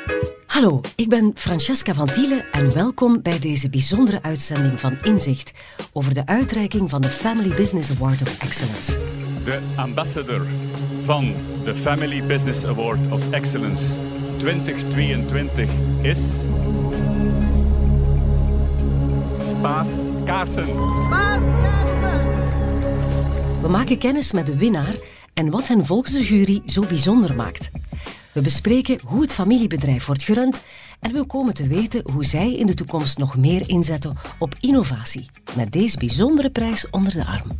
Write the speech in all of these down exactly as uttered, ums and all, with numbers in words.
Hallo, ik ben Francesca van Thiele en welkom bij deze bijzondere uitzending van Inzicht over de uitreiking van de Family Business Award of Excellence. De ambassador van de Family Business Award of Excellence twintig tweeëntwintig is... Spaas Kaarsen. Spaas Kaarsen. We maken kennis met de winnaar en wat hen volgens de jury zo bijzonder maakt. We bespreken hoe het familiebedrijf wordt gerund en we komen te weten hoe zij in de toekomst nog meer inzetten op innovatie, met deze bijzondere prijs onder de arm.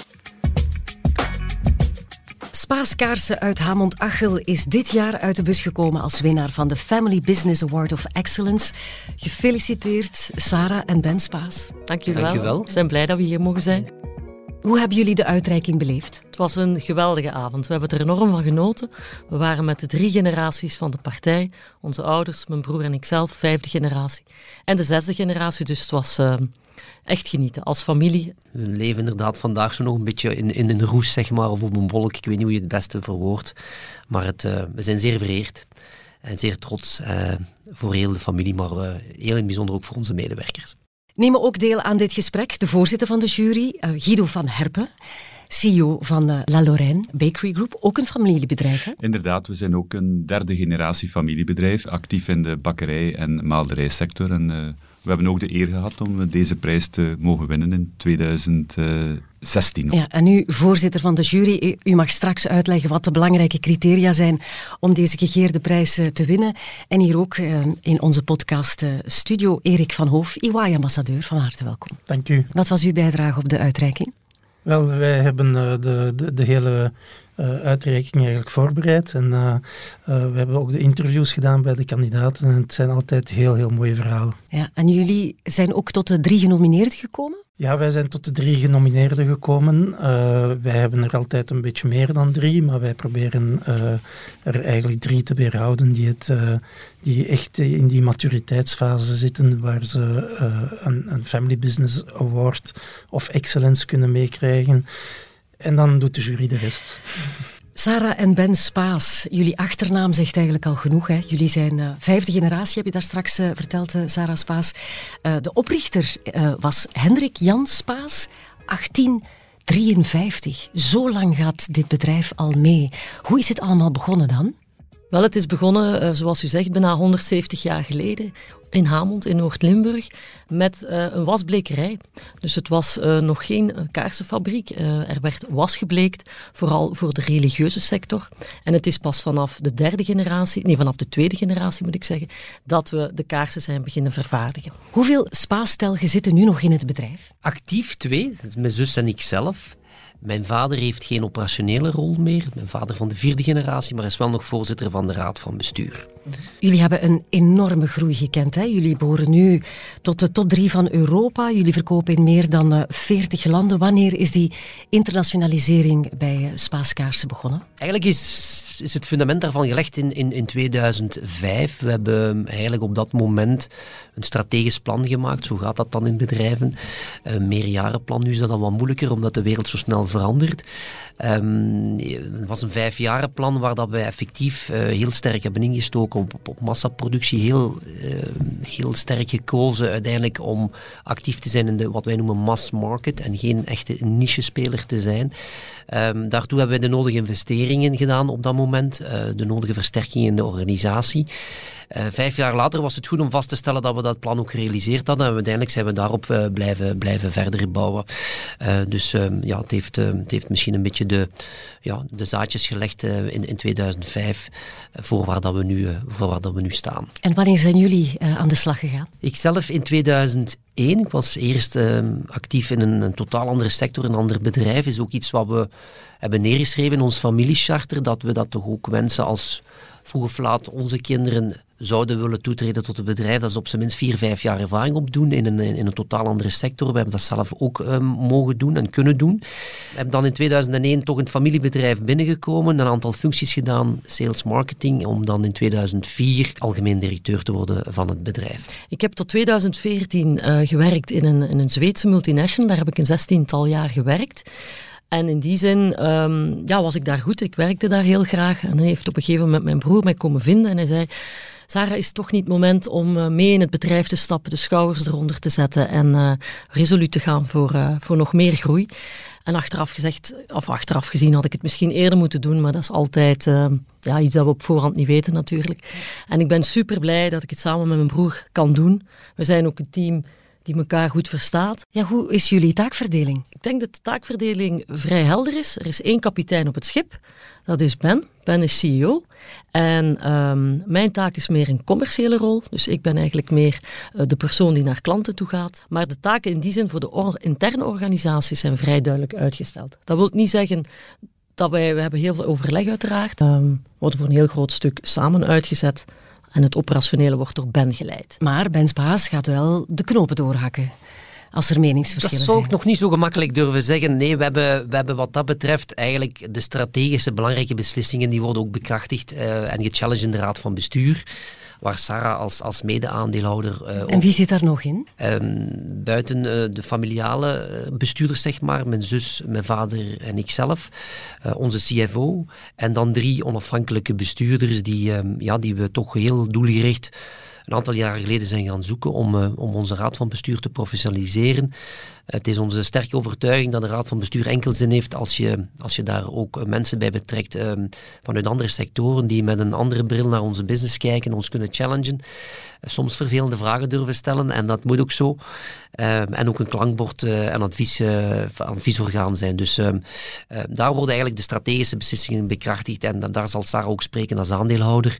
Spaas Kaarsen uit Hamont-Achel is dit jaar uit de bus gekomen als winnaar van de Family Business Award of Excellence. Gefeliciteerd, Sarah en Ben Spaas. Dank jullie Dank wel. je wel. We zijn blij dat we hier mogen zijn. Hoe hebben jullie de uitreiking beleefd? Het was een geweldige avond. We hebben er enorm van genoten. We waren met de drie generaties van de partij. Onze ouders, mijn broer en ikzelf, vijfde generatie. En de zesde generatie, dus het was uh, echt genieten als familie. We leven inderdaad vandaag zo nog een beetje in, in een roes, zeg maar, of op een wolk. Ik weet niet hoe je het beste verwoordt. Maar het, uh, we zijn zeer vereerd en zeer trots uh, voor heel de familie, maar uh, heel in het bijzonder ook voor onze medewerkers. Nemen ook deel aan dit gesprek de voorzitter van de jury, uh, Guido van Herpen, C E O van uh, La Lorraine Bakery Group, ook een familiebedrijf, hè? Inderdaad, we zijn ook een derde generatie familiebedrijf, actief in de bakkerij- en maalderijsector. En uh, we hebben ook de eer gehad om deze prijs te mogen winnen in tweeduizend zestien. Ja, en u, voorzitter van de jury, u, u mag straks uitleggen wat de belangrijke criteria zijn om deze gegeerde prijs uh, te winnen. En hier ook uh, in onze podcast uh, studio Erik van Hoof, E Y-ambassadeur. Van harte welkom. Dank u. Wat was uw bijdrage op de uitreiking? Wel, wij hebben uh, de, de, de hele uh, uitreiking eigenlijk voorbereid. En uh, uh, we hebben ook de interviews gedaan bij de kandidaten. En het zijn altijd heel, heel mooie verhalen. Ja, en jullie zijn ook tot de drie genomineerden gekomen? Ja, wij zijn tot de drie genomineerden gekomen. Uh, wij hebben er altijd een beetje meer dan drie, maar wij proberen uh, er eigenlijk drie te weerhouden die, het, uh, die echt in die maturiteitsfase zitten, waar ze uh, een, een Family Business Award of Excellence kunnen meekrijgen. En dan doet de jury de rest. Sarah en Ben Spaas, jullie achternaam zegt eigenlijk al genoeg, hè? Jullie zijn uh, vijfde generatie, heb je daar straks uh, verteld, uh, Sarah Spaas. Uh, de oprichter uh, was Hendrik Jan Spaas, achttien drieënvijftig. Zo lang gaat dit bedrijf al mee. Hoe is het allemaal begonnen dan? Wel, het is begonnen, uh, zoals u zegt, bijna honderdzeventig jaar geleden in Hamont, in Noord-Limburg, met uh, een wasblekerij. Dus het was uh, nog geen uh, kaarsenfabriek. Uh, er werd was gebleekt, vooral voor de religieuze sector. En het is pas vanaf de derde generatie, nee, vanaf de tweede generatie moet ik zeggen, dat we de kaarsen zijn beginnen vervaardigen. Hoeveel Spaas-stelgen zitten nu nog in het bedrijf? Actief twee, dat is mijn zus en ik zelf. Mijn vader heeft geen operationele rol meer. Mijn vader van de vierde generatie, maar is wel nog voorzitter van de raad van bestuur. Jullie hebben een enorme groei gekend, hè? Jullie behoren nu tot de top drie van Europa. Jullie verkopen in meer dan veertig landen. Wanneer is die internationalisering bij Spaas Kaarsen begonnen? Eigenlijk is, is het fundament daarvan gelegd in, in, in tweeduizend vijf. We hebben eigenlijk op dat moment een strategisch plan gemaakt. Zo gaat dat dan in bedrijven. Een meerjarenplan. Nu is dat dan wat moeilijker, omdat de wereld zo snel verandert. Um, het was een vijfjarenplan waar dat wij effectief uh, heel sterk hebben ingestoken op, op, op massaproductie. Heel, uh, heel sterk gekozen uiteindelijk om actief te zijn in de, wat wij noemen mass market en geen echte niche-speler te zijn. Um, daartoe hebben wij de nodige investeringen gedaan op dat moment, uh, de nodige versterking in de organisatie. Uh, vijf jaar later was het goed om vast te stellen dat we dat plan ook gerealiseerd hadden. En uiteindelijk zijn we daarop uh, blijven, blijven verder bouwen. Uh, dus uh, ja, het heeft, uh, het heeft misschien een beetje de, ja, de zaadjes gelegd uh, in, in tweeduizend vijf uh, voor, waar dat we nu, uh, voor waar dat we nu staan. En wanneer zijn jullie uh, aan de slag gegaan? Ikzelf in tweeduizend één. Ik was eerst uh, actief in een, een totaal andere sector, een ander bedrijf. Is ook iets wat we hebben neergeschreven in ons familiecharter, dat we dat toch ook wensen als vroeg of laat onze kinderen zouden willen toetreden tot het bedrijf, dat ze op zijn minst vier, vijf jaar ervaring opdoen in een, in een totaal andere sector. We hebben dat zelf ook um, mogen doen en kunnen doen. We hebben dan in tweeduizend één toch een familiebedrijf binnengekomen, een aantal functies gedaan, sales marketing, om dan in tweeduizend vier algemeen directeur te worden van het bedrijf. Ik heb tot tweeduizend veertien uh, gewerkt in een, in een Zweedse multinational. Daar heb ik een zestiental jaar gewerkt. En in die zin um, ja, was ik daar goed. Ik werkte daar heel graag. En dan heeft op een gegeven moment mijn broer mij komen vinden en hij zei: Sarah, is het toch niet het moment om uh, mee in het bedrijf te stappen, de schouders eronder te zetten en uh, resoluut te gaan voor, uh, voor nog meer groei. En achteraf gezegd, of achteraf gezien had ik het misschien eerder moeten doen, maar dat is altijd uh, ja, iets dat we op voorhand niet weten natuurlijk. En ik ben super blij dat ik het samen met mijn broer kan doen. We zijn ook een team die elkaar goed verstaat. Ja, hoe is jullie taakverdeling? Ik denk dat de taakverdeling vrij helder is. Er is één kapitein op het schip, dat is Ben. Ben is C E O. En um, mijn taak is meer een commerciële rol. Dus ik ben eigenlijk meer uh, de persoon die naar klanten toe gaat. Maar de taken in die zin voor de or- interne organisaties zijn vrij duidelijk uitgesteld. Dat wil niet zeggen dat wij... We hebben heel veel overleg uiteraard. Um, we worden voor een heel groot stuk samen uitgezet. En het operationele wordt door Ben geleid. Maar Ben Spaas gaat wel de knopen doorhakken als er meningsverschillen zijn. Dat zou ik nog niet zo gemakkelijk durven zeggen. Nee, we hebben, we hebben wat dat betreft eigenlijk de strategische belangrijke beslissingen, die worden ook bekrachtigd uh, en gechallenged in de Raad van Bestuur, waar Sarah als, als mede-aandeelhouder... Uh, en wie zit daar nog in? Um, buiten uh, de familiale uh, bestuurders, zeg maar, mijn zus, mijn vader en ikzelf, uh, onze C F O, en dan drie onafhankelijke bestuurders die, um, ja, die we toch heel doelgericht een aantal jaren geleden zijn gaan zoeken om, uh, om onze Raad van Bestuur te professionaliseren. Het is onze sterke overtuiging dat de Raad van Bestuur enkel zin heeft als je, als je daar ook mensen bij betrekt um, vanuit andere sectoren die met een andere bril naar onze business kijken, ons kunnen challengen, uh, soms vervelende vragen durven stellen en dat moet ook zo. Um, en ook een klankbord uh, en advies, uh, adviesorgaan zijn. Dus um, uh, daar worden eigenlijk de strategische beslissingen bekrachtigd en da- daar zal Sarah ook spreken als aandeelhouder.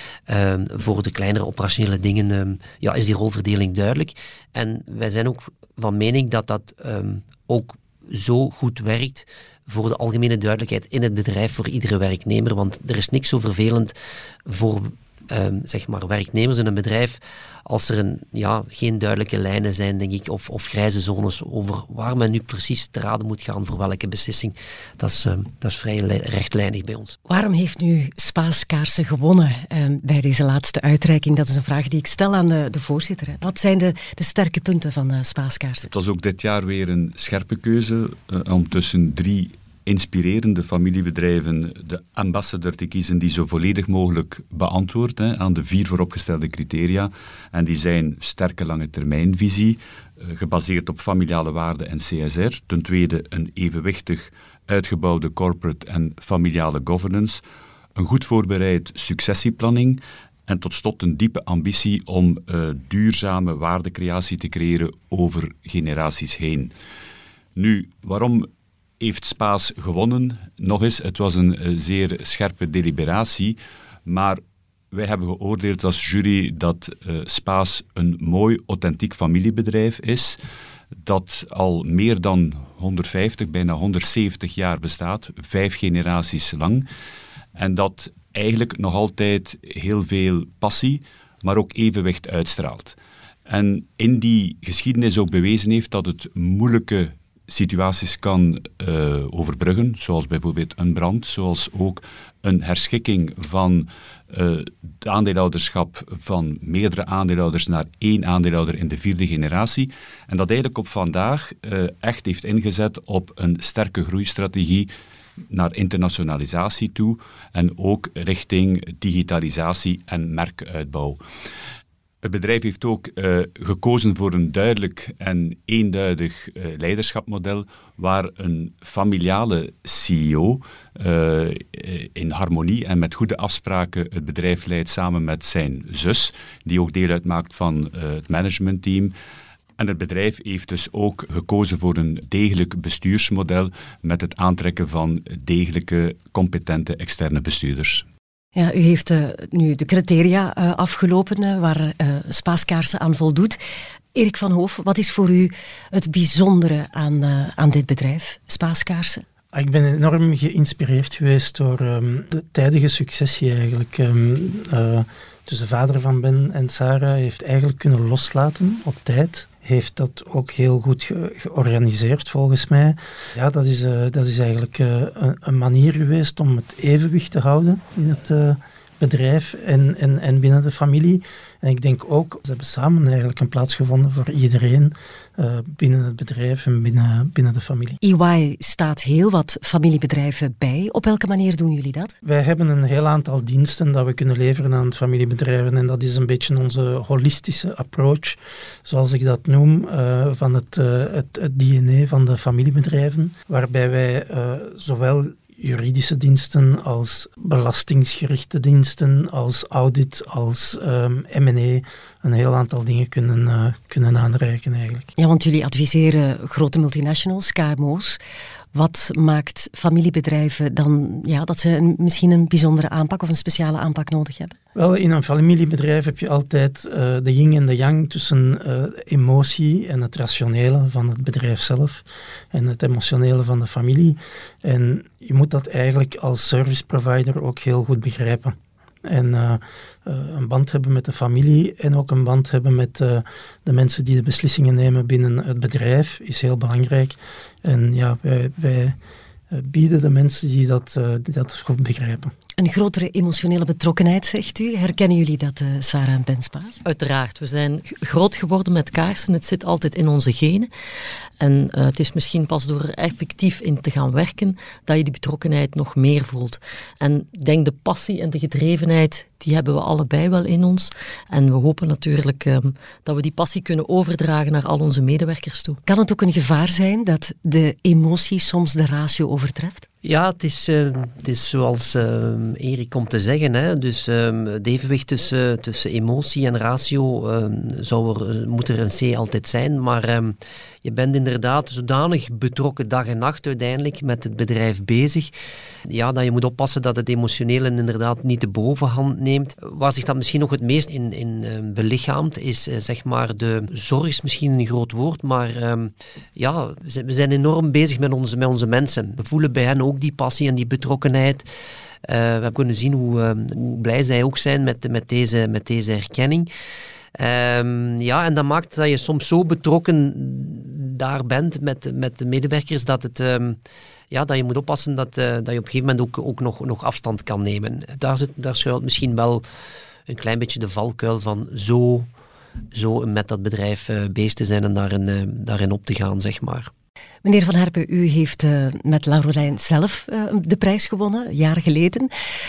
Um, voor de kleinere operationele dingen um, ja, is die rolverdeling duidelijk. En wij zijn ook van mening dat dat um, ook zo goed werkt voor de algemene duidelijkheid in het bedrijf, voor iedere werknemer. Want er is niks zo vervelend voor um, zeg maar werknemers in een bedrijf als er een, ja, geen duidelijke lijnen zijn, denk ik, of, of grijze zones over waar men nu precies te raden moet gaan voor welke beslissing. Dat is, um, dat is vrij le- rechtlijnig bij ons. Waarom heeft nu Spaas Kaarsen gewonnen um, bij deze laatste uitreiking? Dat is een vraag die ik stel aan de, de voorzitter. Hè. Wat zijn de, de sterke punten van uh, Spaas Kaarsen? Het was ook dit jaar weer een scherpe keuze uh, om tussen drie inspirerende familiebedrijven de ambassador te kiezen die zo volledig mogelijk beantwoordt hè, aan de vier vooropgestelde criteria. En die zijn sterke lange termijnvisie, uh, gebaseerd op familiale waarden en C S R. Ten tweede een evenwichtig uitgebouwde corporate en familiale governance, een goed voorbereid successieplanning en tot slot een diepe ambitie om uh, duurzame waardecreatie te creëren over generaties heen. Nu, waarom heeft Spaas gewonnen? Nog eens, het was een uh, zeer scherpe deliberatie, maar wij hebben geoordeeld als jury dat uh, Spaas een mooi, authentiek familiebedrijf is, dat al meer dan honderdvijftig, bijna honderdzeventig jaar bestaat, vijf generaties lang, en dat eigenlijk nog altijd heel veel passie, maar ook evenwicht uitstraalt. En in die geschiedenis ook bewezen heeft dat het moeilijke situaties kan uh, overbruggen, zoals bijvoorbeeld een brand, zoals ook een herschikking van uh, het aandeelhouderschap van meerdere aandeelhouders naar één aandeelhouder in de vierde generatie. En dat eigenlijk op vandaag uh, echt heeft ingezet op een sterke groeistrategie naar internationalisatie toe en ook richting digitalisatie en merkuitbouw. Het bedrijf heeft ook uh, gekozen voor een duidelijk en eenduidig uh, leiderschapsmodel waar een familiale C E O uh, in harmonie en met goede afspraken het bedrijf leidt samen met zijn zus, die ook deel uitmaakt van uh, het managementteam. En het bedrijf heeft dus ook gekozen voor een degelijk bestuursmodel met het aantrekken van degelijke, competente externe bestuurders. Ja, u heeft uh, nu de criteria uh, afgelopen uh, waar uh, Spaas Kaarsen aan voldoet. Erik van Hoof, wat is voor u het bijzondere aan, uh, aan dit bedrijf, Spaas Kaarsen? Ik ben enorm geïnspireerd geweest door um, de tijdige successie eigenlijk. Um, uh, dus de vader van Ben en Sarah heeft eigenlijk kunnen loslaten op tijd. Heeft dat ook heel goed ge- georganiseerd volgens mij. Ja, dat is, uh, dat is eigenlijk uh, een, een manier geweest om het evenwicht te houden in het uh, bedrijf en, en, en binnen de familie. En ik denk ook, ze hebben samen eigenlijk een plaats gevonden voor iedereen uh, binnen het bedrijf en binnen, binnen de familie. E Y staat heel wat familiebedrijven bij. Op welke manier doen jullie dat? Wij hebben een heel aantal diensten dat we kunnen leveren aan familiebedrijven en dat is een beetje onze holistische approach, zoals ik dat noem, uh, van het, uh, het, het D N A van de familiebedrijven, waarbij wij uh, zowel juridische diensten, als belastingsgerichte diensten, als audit, als um, M en A, een heel aantal dingen kunnen, uh, kunnen aanreiken eigenlijk. Ja, want jullie adviseren grote multinationals, K M O's. Wat maakt familiebedrijven dan ja, dat ze een, misschien een bijzondere aanpak of een speciale aanpak nodig hebben? Wel, in een familiebedrijf heb je altijd uh, de yin en de yang tussen uh, emotie en het rationele van het bedrijf zelf en het emotionele van de familie. En je moet dat eigenlijk als service provider ook heel goed begrijpen. En uh, uh, een band hebben met de familie en ook een band hebben met uh, de mensen die de beslissingen nemen binnen het bedrijf is heel belangrijk. En ja, wij, wij uh, bieden de mensen die dat, uh, die dat goed begrijpen. Een grotere emotionele betrokkenheid, zegt u. Herkennen jullie dat, uh, Sarah en Ben Spaas? Uiteraard. We zijn groot geworden met kaarsen. Het zit altijd in onze genen. En uh, het is misschien pas door er effectief in te gaan werken dat je die betrokkenheid nog meer voelt. En ik denk de passie en de gedrevenheid, die hebben we allebei wel in ons. En we hopen natuurlijk um, dat we die passie kunnen overdragen naar al onze medewerkers toe. Kan het ook een gevaar zijn dat de emotie soms de ratio overtreft? Ja, het is, uh, het is zoals uh, Erik komt te zeggen. Hè. Dus um, het evenwicht tussen, tussen emotie en ratio um, zou er, moet er een C altijd zijn. Maar um, je bent inderdaad zodanig betrokken dag en nacht uiteindelijk met het bedrijf bezig. Ja, dat je moet oppassen dat het emotionele inderdaad niet de bovenhand neemt. Waar zich dat misschien nog het meest in, in uh, belichaamt is uh, zeg maar de zorg is misschien een groot woord, maar um, ja, we zijn enorm bezig met onze, met onze mensen. We voelen bij hen ook die passie en die betrokkenheid. Uh, we hebben kunnen zien hoe, uh, hoe blij zij ook zijn met, met, deze, met deze erkenning. Um, ja, en dat maakt dat je soms zo betrokken daar bent met, met de medewerkers dat, het, um, ja, dat je moet oppassen dat, uh, dat je op een gegeven moment ook, ook nog, nog afstand kan nemen. Daar, zit, daar schuilt misschien wel een klein beetje de valkuil van zo, zo met dat bedrijf uh, bezig te zijn en daarin, uh, daarin op te gaan, zeg maar. Meneer Van Herpen, u heeft uh, met Laurelijn zelf uh, de prijs gewonnen, jaren geleden.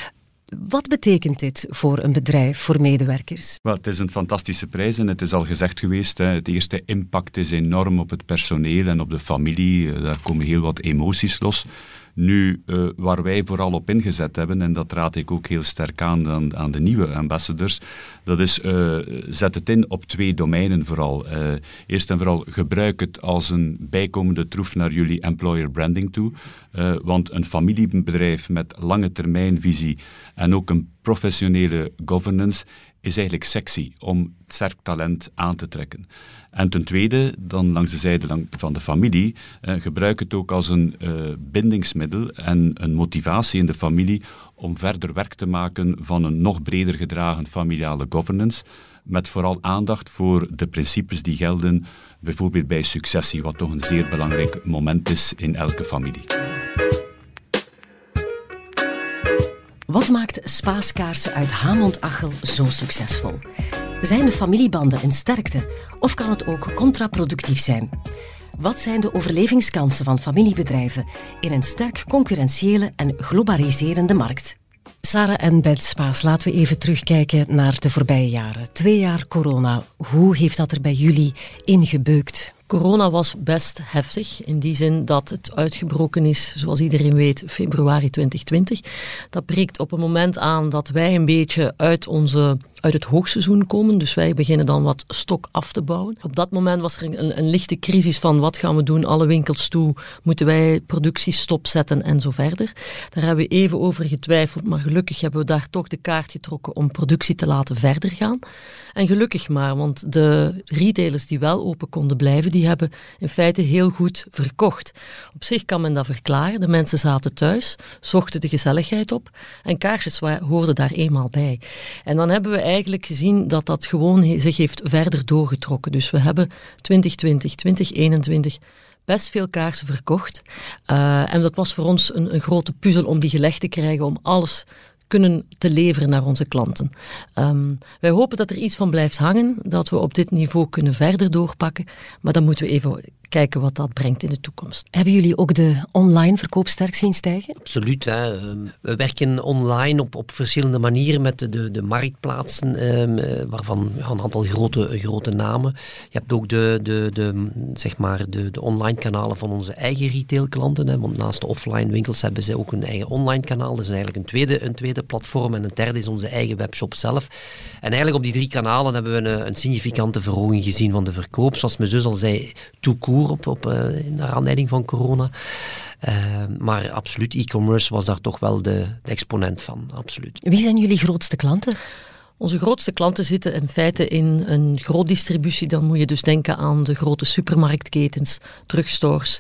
Wat betekent dit voor een bedrijf, voor medewerkers? Wel, het is een fantastische prijs en het is al gezegd geweest. Hè, het eerste impact is enorm op het personeel en op de familie. Daar komen heel wat emoties los. Nu, uh, waar wij vooral op ingezet hebben, en dat raad ik ook heel sterk aan aan, aan de nieuwe ambassadors, dat is, uh, zet het in op twee domeinen vooral. Uh, eerst en vooral, gebruik het als een bijkomende troef naar jullie employer branding toe. Uh, want een familiebedrijf met lange termijnvisie en ook een professionele governance is eigenlijk sexy om sterk talent aan te trekken. En ten tweede, dan langs de zijde van de familie, eh, gebruik het ook als een uh, bindingsmiddel en een motivatie in de familie om verder werk te maken van een nog breder gedragen familiale governance, met vooral aandacht voor de principes die gelden, bijvoorbeeld bij successie, wat toch een zeer belangrijk moment is in elke familie. Wat maakt Spaaskaarsen uit Hamont-Achel zo succesvol? Zijn de familiebanden een sterkte of kan het ook contraproductief zijn? Wat zijn de overlevingskansen van familiebedrijven in een sterk concurrentiële en globaliserende markt? Sarah en Ben Spaas, laten we even terugkijken naar de voorbije jaren. Twee jaar corona, hoe heeft dat er bij jullie ingebeukt? Corona was best heftig, in die zin dat het uitgebroken is, zoals iedereen weet, februari twintig twintig. Dat breekt op een moment aan dat wij een beetje uit, onze, uit het hoogseizoen komen, dus wij beginnen dan wat stok af te bouwen. Op dat moment was er een, een lichte crisis van wat gaan we doen, alle winkels toe, moeten wij productie stopzetten en zo verder. Daar hebben we even over getwijfeld, maar gelukkig hebben we daar toch de kaart getrokken om productie te laten verder gaan. En gelukkig maar, want de retailers die wel open konden blijven, die hebben in feite heel goed verkocht. Op zich kan men dat verklaren. De mensen zaten thuis, zochten de gezelligheid op en kaarsjes hoorden daar eenmaal bij. En dan hebben we eigenlijk gezien dat dat gewoon zich heeft verder doorgetrokken. Dus we hebben twintig twintig, twintig eenentwintig best veel kaarsen verkocht. Uh, en dat was voor ons een, een grote puzzel om die gelegd te krijgen, om alles kunnen te leveren naar onze klanten. Um, wij hopen dat er iets van blijft hangen, dat we op dit niveau kunnen verder doorpakken, maar dan moeten we even kijken wat dat brengt in de toekomst. Hebben jullie ook de online verkoop sterk zien stijgen? Absoluut. Hè. We werken online op, op verschillende manieren met de, de, de marktplaatsen, um, waarvan ja, een aantal grote, grote namen. Je hebt ook de, de, de, zeg maar de, de online kanalen van onze eigen retailklanten, hè, want naast de offline winkels hebben ze ook een eigen online kanaal. Dat is eigenlijk een tweede, een tweede platform en een derde is onze eigen webshop zelf. En eigenlijk op die drie kanalen hebben we een, een significante verhoging gezien van de verkoop. Zoals mijn zus al zei, tout court op, op, uh, naar aanleiding van corona. Uh, maar absoluut, e-commerce was daar toch wel de, de exponent van, absoluut. Wie zijn jullie grootste klanten? Onze grootste klanten zitten in feite in een groot distributie. Dan moet je dus denken aan de grote supermarktketens, drugstores.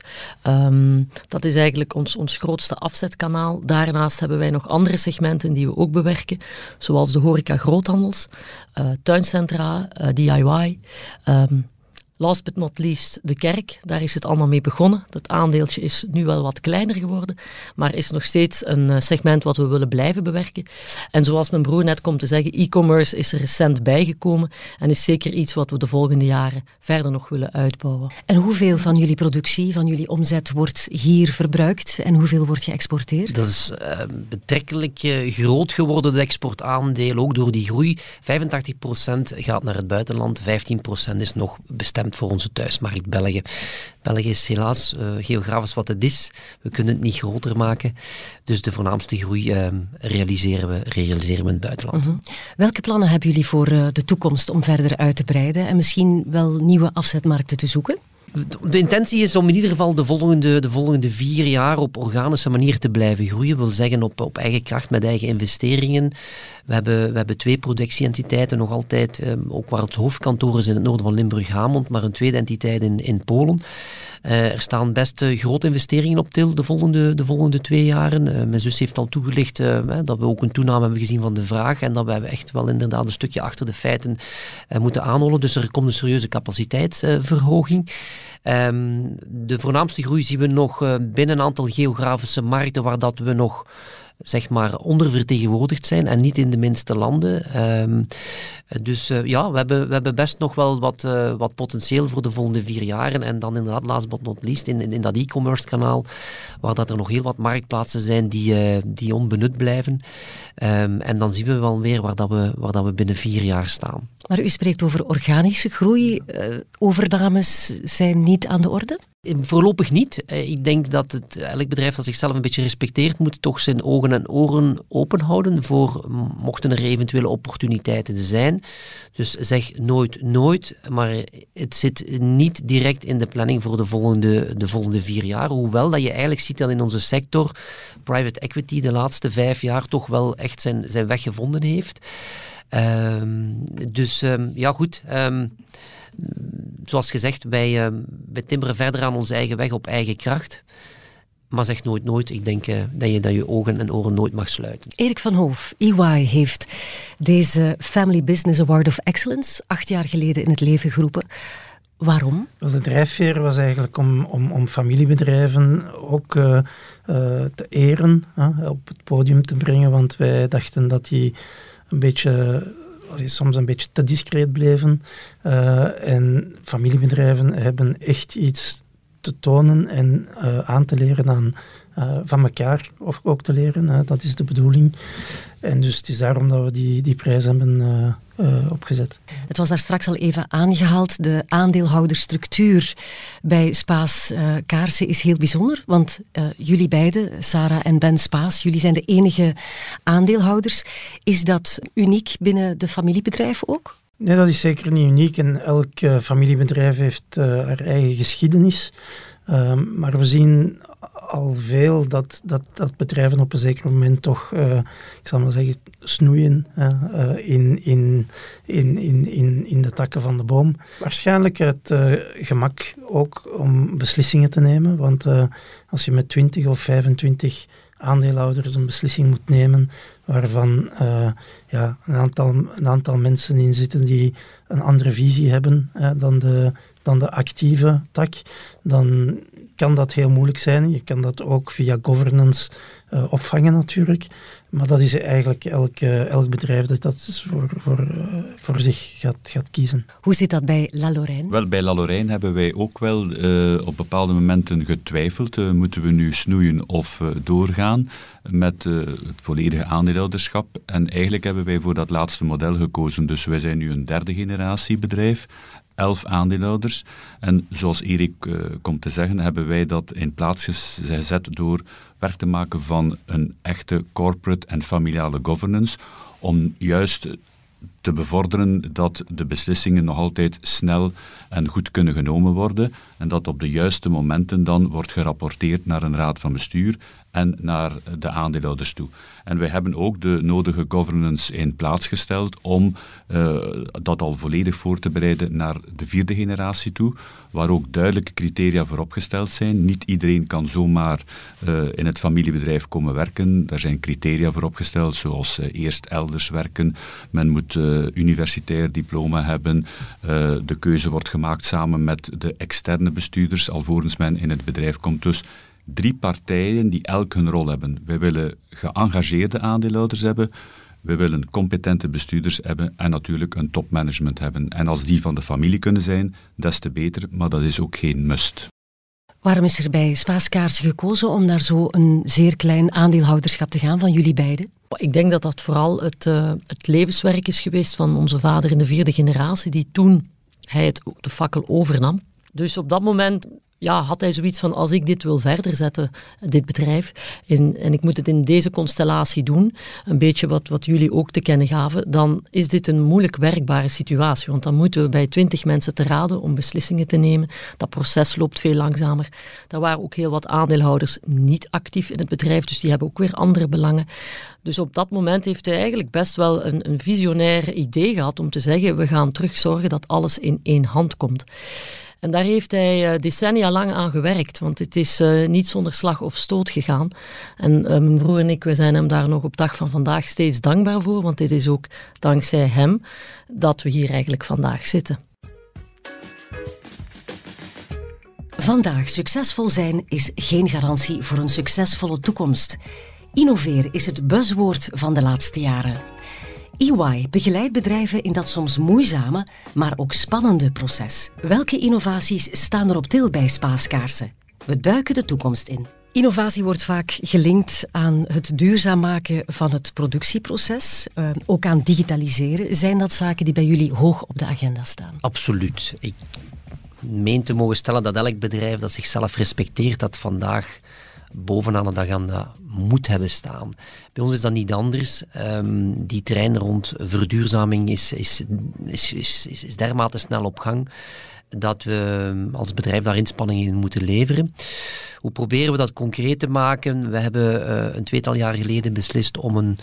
Um, dat is eigenlijk ons, ons grootste afzetkanaal. Daarnaast hebben wij nog andere segmenten die we ook bewerken, zoals de horeca-groothandels, uh, tuincentra, uh, D I Y. Um, Last but not least, de kerk. Daar is het allemaal mee begonnen. Dat aandeeltje is nu wel wat kleiner geworden, maar is nog steeds een segment wat we willen blijven bewerken. En zoals mijn broer net komt te zeggen, e-commerce is er recent bijgekomen en is zeker iets wat we de volgende jaren verder nog willen uitbouwen. En hoeveel van jullie productie, van jullie omzet wordt hier verbruikt en hoeveel wordt geëxporteerd? Dat is uh, betrekkelijk uh, groot geworden, de exportaandeel, ook door die groei. vijfentachtig procent gaat naar het buitenland, vijftien procent is nog bestemd voor onze thuismarkt België. België is helaas uh, geografisch wat het is. We kunnen het niet groter maken. Dus de voornaamste groei uh, realiseren, we, realiseren we in het buitenland. Mm-hmm. Welke plannen hebben jullie voor uh, de toekomst om verder uit te breiden en misschien wel nieuwe afzetmarkten te zoeken? De intentie is om in ieder geval de volgende, de volgende vier jaar op organische manier te blijven groeien. Dat wil zeggen op, op eigen kracht met eigen investeringen. We hebben, we hebben twee productieentiteiten nog altijd, eh, ook waar het hoofdkantoor is in het noorden van Limburg-Hamont, maar een tweede entiteit in, in Polen. Uh, er staan best uh, grote investeringen op til de volgende, de volgende twee jaren. Uh, mijn zus heeft al toegelicht uh, eh, dat we ook een toename hebben gezien van de vraag en dat we echt wel inderdaad een stukje achter de feiten uh, moeten aanholen. Dus er komt een serieuze capaciteitsverhoging. Uh, um, de voornaamste groei zien we nog uh, binnen een aantal geografische markten waar dat we nog zeg maar ondervertegenwoordigd zijn en niet in de minste landen. Um, dus uh, ja, we hebben, we hebben best nog wel wat, uh, wat potentieel voor de volgende vier jaren en dan inderdaad, last but not least, in, in, in dat e-commerce kanaal, waar dat er nog heel wat marktplaatsen zijn die, uh, die onbenut blijven. Um, en dan zien we wel weer waar, dat we, waar dat we binnen vier jaar staan. Maar u spreekt over organische groei. Uh, overnames zijn niet aan de orde? Voorlopig niet. Ik denk dat het, elk bedrijf dat zichzelf een beetje respecteert, moet toch zijn ogen en oren open houden voor mochten er eventuele opportuniteiten zijn. Dus zeg nooit nooit, maar het zit niet direct in de planning voor de volgende, de volgende vier jaar. Hoewel dat je eigenlijk ziet dat in onze sector private equity de laatste vijf jaar toch wel echt zijn, zijn weg gevonden heeft. Um, dus um, ja goed... Um, Zoals gezegd, wij, uh, wij timmeren verder aan onze eigen weg op eigen kracht. Maar zeg nooit nooit. Ik denk uh, dat je dat je ogen en oren nooit mag sluiten. Erik van Hoof, E Y heeft deze Family Business Award of Excellence acht jaar geleden in het leven geroepen. Waarom? Wel, de drijfveer was eigenlijk om, om, om familiebedrijven ook uh, uh, te eren, uh, op het podium te brengen. Want wij dachten dat die een beetje... soms een beetje te discreet bleven. Uh, en familiebedrijven hebben echt iets te tonen en uh, aan te leren aan, uh, van elkaar, of ook te leren. Uh, dat is de bedoeling. En dus het is daarom dat we die, die prijs hebben uh, uh, opgezet. Het was daar straks al even aangehaald. De aandeelhoudersstructuur bij Spaas uh, Kaarsen is heel bijzonder. Want uh, jullie beiden, Sarah en Ben Spaas, jullie zijn de enige aandeelhouders. Is dat uniek binnen de familiebedrijven ook? Nee, dat is zeker niet uniek. En elk uh, familiebedrijf heeft uh, haar eigen geschiedenis. Uh, maar we zien al veel dat, dat, dat bedrijven op een zeker moment toch, uh, ik zal maar zeggen, snoeien uh, uh, in, in, in, in, in, in de takken van de boom. Waarschijnlijk het uh, gemak ook om beslissingen te nemen, want uh, als je met twintig of vijfentwintig aandeelhouders een beslissing moet nemen waarvan uh, ja, een, aantal, een aantal mensen in zitten die een andere visie hebben uh, dan de dan de actieve tak, dan kan dat heel moeilijk zijn. Je kan dat ook via governance uh, opvangen natuurlijk. Maar dat is eigenlijk elk, uh, elk bedrijf dat dat voor, voor, uh, voor zich gaat, gaat kiezen. Hoe zit dat bij La Lorraine? Wel, bij La Lorraine hebben wij ook wel uh, op bepaalde momenten getwijfeld. Uh, moeten we nu snoeien of uh, doorgaan met uh, het volledige aandeelhouderschap? En eigenlijk hebben wij voor dat laatste model gekozen. Dus wij zijn nu een derde generatie bedrijf. Elf aandeelhouders. En zoals Erik uh, komt te zeggen, hebben wij dat in plaats gezet door werk te maken van een echte corporate en familiale governance, om juist te bevorderen dat de beslissingen nog altijd snel en goed kunnen genomen worden en dat op de juiste momenten dan wordt gerapporteerd naar een raad van bestuur en naar de aandeelhouders toe. En wij hebben ook de nodige governance in plaats gesteld om uh, dat al volledig voor te bereiden naar de vierde generatie toe, waar ook duidelijke criteria voor opgesteld zijn. Niet iedereen kan zomaar uh, in het familiebedrijf komen werken. Daar zijn criteria voor opgesteld, zoals uh, eerst elders werken. Men moet uh, universitair diploma hebben. Uh, de keuze wordt gemaakt samen met de externe bestuurders, alvorens men in het bedrijf komt. Dus drie partijen die elk hun rol hebben. Wij willen geëngageerde aandeelhouders hebben, we willen competente bestuurders hebben en natuurlijk een topmanagement hebben. En als die van de familie kunnen zijn, des te beter, maar dat is ook geen must. Waarom is er bij Spaas Kaarsen gekozen om naar zo'n zeer klein aandeelhouderschap te gaan van jullie beiden? Ik denk dat dat vooral het, uh, het levenswerk is geweest van onze vader in de vierde generatie, die toen hij het, de fakkel overnam. Dus op dat moment ja, had hij zoiets van, als ik dit wil verder zetten, dit bedrijf, in, en ik moet het in deze constellatie doen, een beetje wat, wat jullie ook te kennen gaven, dan is dit een moeilijk werkbare situatie. Want dan moeten we bij twintig mensen te raden om beslissingen te nemen. Dat proces loopt veel langzamer. Daar waren ook heel wat aandeelhouders niet actief in het bedrijf, dus die hebben ook weer andere belangen. Dus op dat moment heeft hij eigenlijk best wel een, een visionair idee gehad om te zeggen, we gaan terug zorgen dat alles in één hand komt. En daar heeft hij uh, decennia lang aan gewerkt, want het is uh, niet zonder slag of stoot gegaan. En uh, mijn broer en ik, we zijn hem daar nog op dag van vandaag steeds dankbaar voor, want dit is ook dankzij hem dat we hier eigenlijk vandaag zitten. Vandaag succesvol zijn is geen garantie voor een succesvolle toekomst. Innoveer is het buzzwoord van de laatste jaren. E Y begeleidt bedrijven in dat soms moeizame, maar ook spannende proces. Welke innovaties staan er op til bij Spaas Kaarsen? We duiken de toekomst in. Innovatie wordt vaak gelinkt aan het duurzaam maken van het productieproces, uh, ook aan digitaliseren. Zijn dat zaken die bij jullie hoog op de agenda staan? Absoluut. Ik meen te mogen stellen dat elk bedrijf dat zichzelf respecteert, dat vandaag bovenaan de agenda moet hebben staan. Bij ons is dat niet anders. Um, die trein rond verduurzaming is, is, is, is, is, is dermate snel op gang dat we als bedrijf daar inspanningen in moeten leveren. Hoe proberen we dat concreet te maken? We hebben uh, een tweetal jaar geleden beslist om een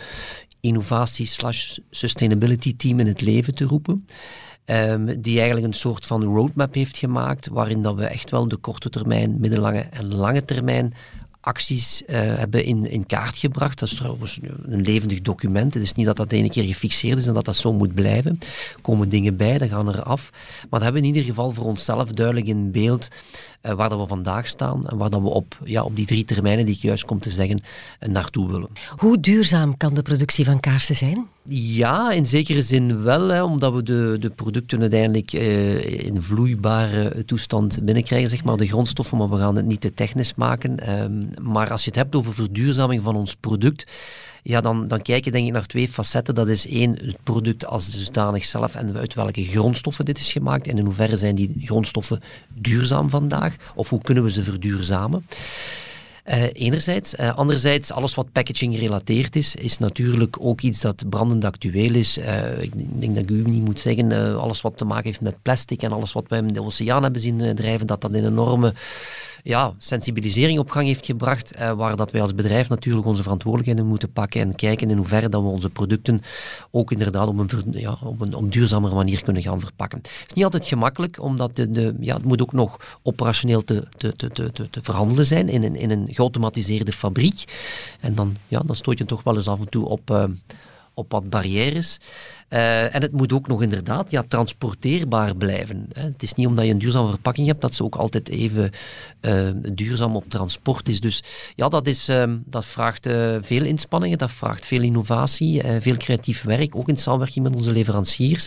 innovatie-slash-sustainability team in het leven te roepen. Um, die eigenlijk een soort van roadmap heeft gemaakt, waarin dat we echt wel de korte termijn, middellange en lange termijn acties uh, hebben in, in kaart gebracht. Dat is trouwens een levendig document. Het is niet dat dat de ene keer gefixeerd is en dat dat zo moet blijven. Er komen dingen bij, dan gaan er af. Maar dat hebben we in ieder geval voor onszelf duidelijk in beeld uh, waar dat we vandaag staan en waar dat we op, ja, op die drie termijnen die ik juist kom te zeggen, uh, naartoe willen. Hoe duurzaam kan de productie van kaarsen zijn? Ja, in zekere zin wel, hè, omdat we de, de producten uiteindelijk uh, in vloeibare toestand binnenkrijgen, zeg maar, de grondstoffen, maar we gaan het niet te technisch maken. Um, maar als je het hebt over verduurzaming van ons product, ja, dan, dan kijk je denk ik naar twee facetten. Dat is één, het product als dusdanig zelf en uit welke grondstoffen dit is gemaakt en in hoeverre zijn die grondstoffen duurzaam vandaag, of hoe kunnen we ze verduurzamen. Uh, enerzijds. Uh, anderzijds, alles wat packaging gerelateerd is, is natuurlijk ook iets dat brandend actueel is. Uh, ik denk dat ik u niet moet zeggen, uh, alles wat te maken heeft met plastic en alles wat wij in de oceaan hebben zien uh, drijven, dat dat een enorme ja, sensibilisering op gang heeft gebracht, uh, waar dat wij als bedrijf natuurlijk onze verantwoordelijkheden moeten pakken en kijken in hoeverre dat we onze producten ook inderdaad op een, ver, ja, op een, op een duurzamere manier kunnen gaan verpakken. Het is niet altijd gemakkelijk, omdat de, de, ja, het moet ook nog operationeel te, te, te, te, te verhandelen zijn in een, in een geautomatiseerde fabriek. En dan, ja, dan stoot je toch wel eens af en toe op, uh, op wat barrières. Uh, en het moet ook nog inderdaad ja, transporteerbaar blijven. Hè. Het is niet omdat je een duurzame verpakking hebt dat ze ook altijd even uh, duurzaam op transport is. Dus ja, dat, is, uh, dat vraagt uh, veel inspanningen, dat vraagt veel innovatie, uh, veel creatief werk, ook in samenwerking met onze leveranciers.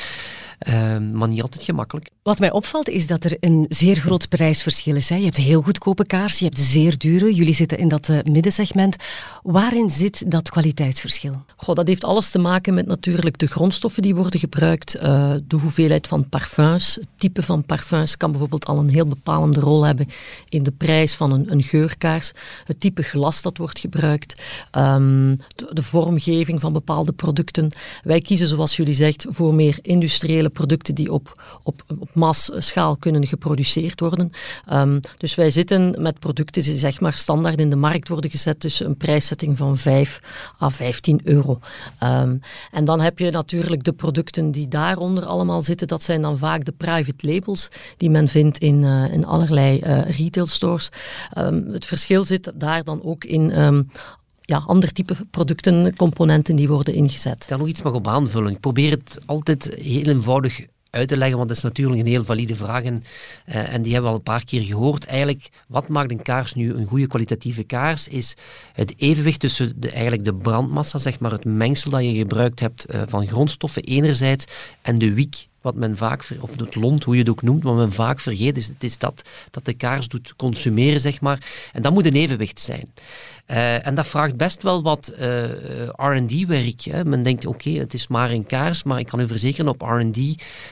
Uh, maar niet altijd gemakkelijk. Wat mij opvalt is dat er een zeer groot prijsverschil is. Hè. Je hebt heel goedkope kaars, je hebt zeer dure. Jullie zitten in dat uh, middensegment. Waarin zit dat kwaliteitsverschil? Goh, dat heeft alles te maken met natuurlijk de grondstoffen die worden gebruikt, uh, de hoeveelheid van parfums. Het type van parfums kan bijvoorbeeld al een heel bepalende rol hebben in de prijs van een, een geurkaars. Het type glas dat wordt gebruikt, um, de, de vormgeving van bepaalde producten. Wij kiezen, zoals jullie zegt, voor meer industriële producten die op, op, op masschaal kunnen geproduceerd worden. Um, dus wij zitten met producten die zeg maar standaard in de markt worden gezet tussen een prijszetting van vijf à vijftien euro. Um, en dan heb je natuurlijk de producten die daaronder allemaal zitten. Dat zijn dan vaak de private labels die men vindt in, uh, in allerlei uh, retail stores. Um, het verschil zit daar dan ook in Um, ja, ander type producten, componenten die worden ingezet. Ik kan nog iets mag op aanvullen. Ik probeer het altijd heel eenvoudig uit te leggen, want dat is natuurlijk een heel valide vraag en, uh, en die hebben we al een paar keer gehoord. Eigenlijk, wat maakt een kaars nu een goede kwalitatieve kaars, is het evenwicht tussen de, eigenlijk de brandmassa, zeg maar het mengsel dat je gebruikt hebt uh, van grondstoffen enerzijds en de wiek, wat men vaak, of het lont, hoe je het ook noemt, wat men vaak vergeet, is, het is dat dat de kaars doet consumeren, zeg maar. En dat moet een evenwicht zijn. Uh, en dat vraagt best wel wat uh, R en D-werk. Men denkt, oké, okay, het is maar een kaars, maar ik kan u verzekeren, op R en D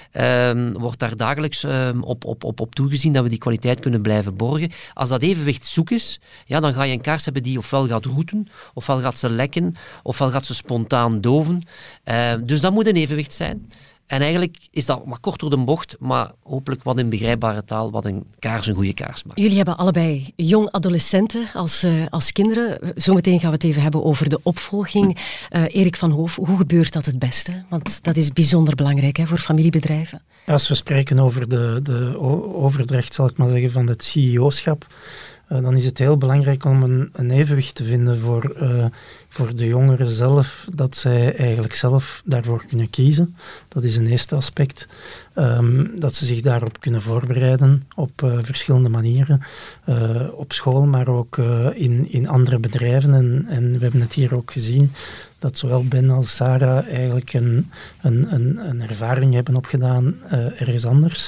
um, wordt daar dagelijks um, op, op, op, op toegezien dat we die kwaliteit kunnen blijven borgen. Als dat evenwicht zoek is, ja, dan ga je een kaars hebben die ofwel gaat roeten, ofwel gaat ze lekken, ofwel gaat ze spontaan doven. Uh, dus dat moet een evenwicht zijn. En eigenlijk is dat maar kort door de bocht, maar hopelijk wat in begrijpbare taal, wat een kaars een goede kaars maakt. Jullie hebben allebei jong adolescenten als, uh, als kinderen. Zometeen gaan we het even hebben over de opvolging. Uh, Erik van Hoof, hoe gebeurt dat het beste? Want dat is bijzonder belangrijk hè, voor familiebedrijven. Als we spreken over de, de overdracht, zal ik maar zeggen, van het C E O-schap, uh, dan is het heel belangrijk om een, een evenwicht te vinden voor, uh, voor de jongeren zelf, dat zij eigenlijk zelf daarvoor kunnen kiezen. Dat is een eerste aspect. Um, dat ze zich daarop kunnen voorbereiden op uh, verschillende manieren. Uh, op school, maar ook uh, in, in andere bedrijven. En, en we hebben het hier ook gezien dat zowel Ben als Sarah eigenlijk een, een, een, een ervaring hebben opgedaan uh, ergens anders.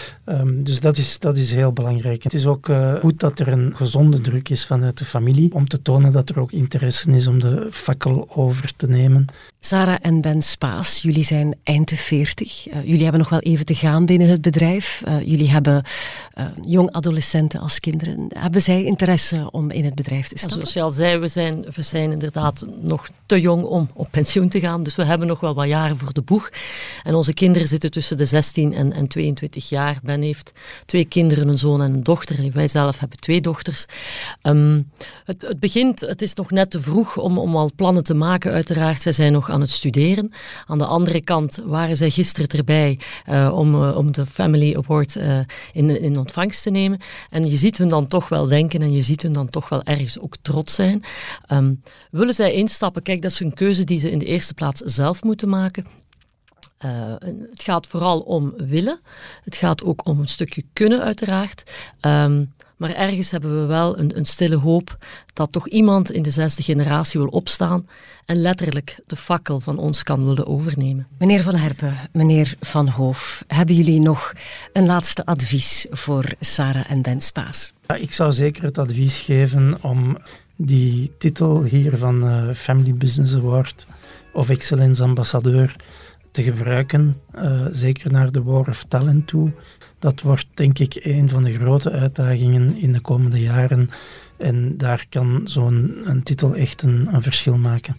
Um, dus dat is, dat is heel belangrijk. Het is ook uh, goed dat er een gezonde druk is vanuit de familie, om te tonen dat er ook interesse is om de fakkel over te nemen. Sarah en Ben Spaas, jullie zijn eind de veertig. Uh, jullie hebben nog wel even te gaan binnen het bedrijf. Uh, jullie hebben uh, jong adolescenten als kinderen. Hebben zij interesse om in het bedrijf te stappen? Zoals je al zei, we zijn, we zijn inderdaad nog te jong om op pensioen te gaan. Dus we hebben nog wel wat jaren voor de boeg. En onze kinderen zitten tussen de zestien en, en tweeëntwintig jaar. Ben heeft twee kinderen, een zoon en een dochter. En wij zelf hebben twee dochters. Um, het, het begint, het is nog net te vroeg om, om al plannen te maken, uiteraard. Zij zijn nog aan het studeren. Aan de andere kant waren zij gisteren erbij uh, om, uh, om de Family Award uh, in, in ontvangst te nemen. En je ziet hun dan toch wel denken en je ziet hun dan toch wel ergens ook trots zijn. Um, willen zij instappen? Kijk, dat is een keuze die ze in de eerste plaats zelf moeten maken. Uh, het gaat vooral om willen. Het gaat ook om een stukje kunnen, uiteraard. Um, maar ergens hebben we wel een, een stille hoop dat toch iemand in de zesde generatie wil opstaan en letterlijk de fakkel van ons kan willen overnemen. Meneer Van Herpen, meneer Van Hoof, hebben jullie nog een laatste advies voor Sarah en Ben Spaas? Ja, ik zou zeker het advies geven om die titel hier van uh, Family Business Award of Excellence Ambassadeur te gebruiken, uh, zeker naar de War of Talent toe. Dat wordt denk ik een van de grote uitdagingen in de komende jaren en daar kan zo'n een titel echt een, een verschil maken.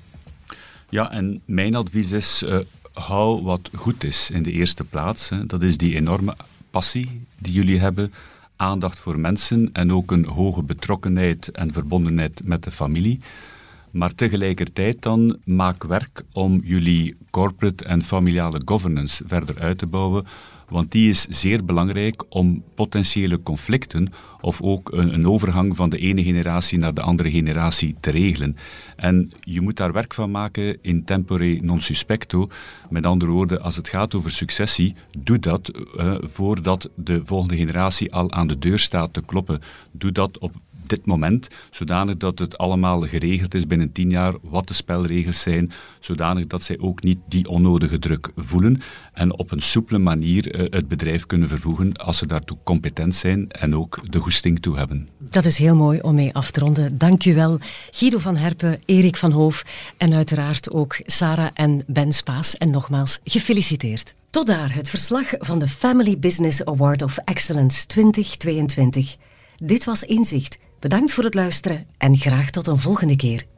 Ja, en mijn advies is, uh, hou wat goed is in de eerste plaats. Hè. Dat is die enorme passie die jullie hebben, aandacht voor mensen en ook een hoge betrokkenheid en verbondenheid met de familie. Maar tegelijkertijd dan maak werk om jullie corporate en familiale governance verder uit te bouwen, want die is zeer belangrijk om potentiële conflicten of ook een, een overgang van de ene generatie naar de andere generatie te regelen. En je moet daar werk van maken in tempore non suspecto. Met andere woorden, als het gaat over successie, doe dat uh, voordat de volgende generatie al aan de deur staat te kloppen. Doe dat op dit moment, zodanig dat het allemaal geregeld is binnen tien jaar, wat de spelregels zijn, zodanig dat zij ook niet die onnodige druk voelen en op een soepele manier uh, het bedrijf kunnen vervoegen als ze daartoe competent zijn en ook de goesting toe hebben. Dat is heel mooi om mee af te ronden. Dank u wel, Guido van Herpen, Erik van Hoof en uiteraard ook Sarah en Ben Spaas. En nogmaals, gefeliciteerd. Tot daar het verslag van de Family Business Award of Excellence twintig tweeëntwintig. Dit was Inzicht. Bedankt voor het luisteren en graag tot een volgende keer.